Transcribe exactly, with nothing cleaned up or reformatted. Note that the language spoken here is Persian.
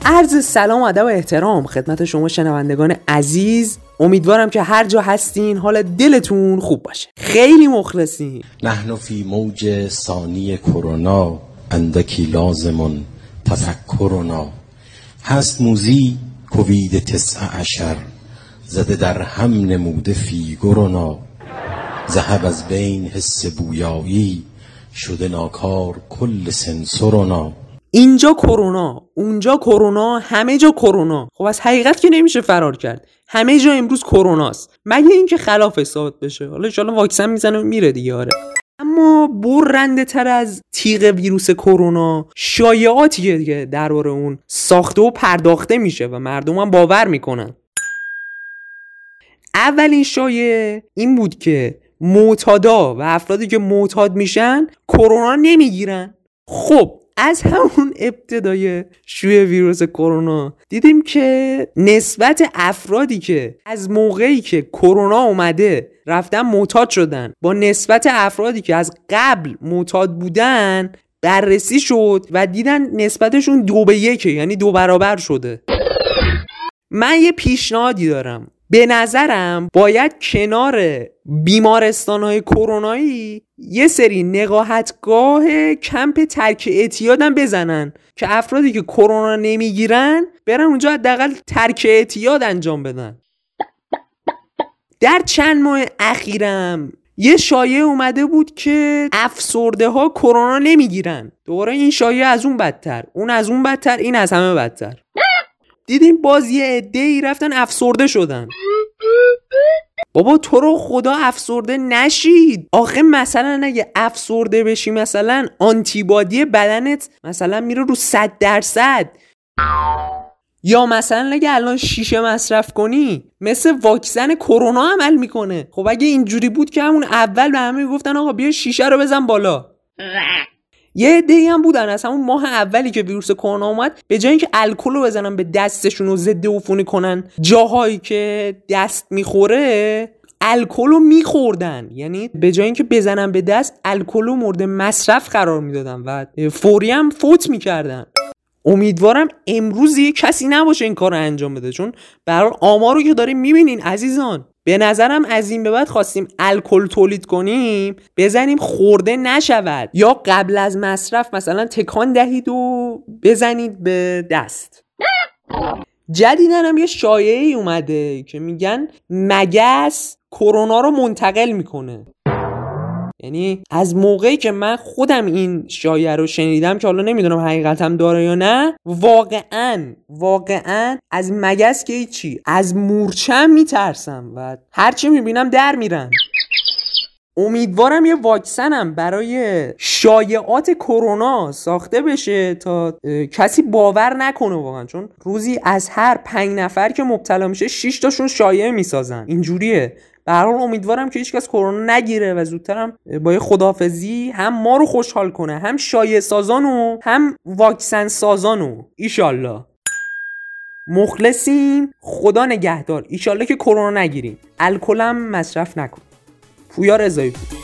عرض سلام و ادب و احترام خدمت شما شنوندگان عزیز. امیدوارم که هر جا هستین حال دلتون خوب باشه. خیلی مخلصین. نحن فی موج ثانی کرونا اندکی لازمون تفکرنا. هست موزی کووید تسعه عشر زده در هم نموده فیگرنا. ذهب از بین حس بویایی شده ناکار کل سنسورنا. اینجا کرونا، اونجا کرونا، همه جا کرونا. خب از حقیقت که نمیشه فرار کرد. همه جا امروز کروناست، مگه اینکه خلاف ثابت بشه. حالا ان شاءالله واکسن میزنه و میره دیگه. آره، اما برنده تر از تیغ ویروس کرونا شایعاتی که درباره اون ساخته و پرداخته میشه و مردم هم باور میکنن. اولین شایعه این بود که معتادا و افرادی که معتاد میشن کرونا نمیگیرن. خب از همون ابتدای شیوع ویروس کرونا دیدیم که نسبت افرادی که از موقعی که کرونا اومده رفتن معتاد شدن با نسبت افرادی که از قبل معتاد بودن بررسی شد و دیدن نسبتشون دو به یکه، یعنی دو برابر شده. من یه پیشنهادی دارم. به نظرم باید کنار بیمارستان‌های کرونایی یه سری نقاهتگاه کمپ ترک اعتیادم بزنن که افرادی که کرونا نمیگیرن برن اونجا حداقل ترک اعتیاد انجام بدن. در چند ماه اخیرم یه شایعه اومده بود که افسرده ها کرونا نمیگیرن. دوباره این شایعه از اون بدتر، اون از اون بدتر، این از همه بدتر. دیدیم باز یه عده‌ای رفتن افسرده شدن. بابا تو رو خدا افسرده نشید. آخه مثلا اگه افسرده بشی مثلا آنتیبادی بدنت مثلا میره رو صد درصد، یا مثلا اگه الان شیشه مصرف کنی مثل واکسن کرونا عمل میکنه. خب اگه اینجوری بود که همون اول به همه میگفتن آقا بیا شیشه رو بزن بالا. یه عده‌ای هم بودن از همون ماه اولی که ویروس کرونا اومد به جای اینکه الکل رو بزنن به دستشون و ضد عفونی کنن جاهایی که دست میخوره، الکل رو میخوردن. یعنی به جای اینکه بزنن به دست، الکل رو مورد مصرف قرار میدادن و فوری هم فوت میکردن. امیدوارم امروز یه کسی نباشه این کار رو انجام بده، چون برای آمارو که داریم میبینین عزیزان. به نظرم از این به بعد خواستیم الکل تولید کنیم بزنیم خورده نشود، یا قبل از مصرف مثلا تکان دهید و بزنید به دست. جدیدن هم یه شایعه‌ای اومده که میگن مگس کرونا رو منتقل میکنه. یعنی از موقعی که من خودم این شایعه رو شنیدم که حالا نمیدونم حقیقتم داره یا نه، واقعا واقعا از مگس که چی، از مورچه میترسم و هرچی میبینم در میرم. امیدوارم یه واکسنم برای شایعات کرونا ساخته بشه تا کسی باور نکنه واقعا، چون روزی از هر پنج نفر که مبتلا میشه شش تاشون شایعه میسازن. اینجوریه. به هر حال امیدوارم که هیچ کس کرونا نگیره و زودترم با یه خداحافظی هم ما رو خوشحال کنه، هم شایعه سازانو هم واکسن سازانو. ایشالله. مخلصیم. خدا نگهدار. ایشالله که کرونا نگیریم. الکل هم مصرف نکن. پویا رضایی بود.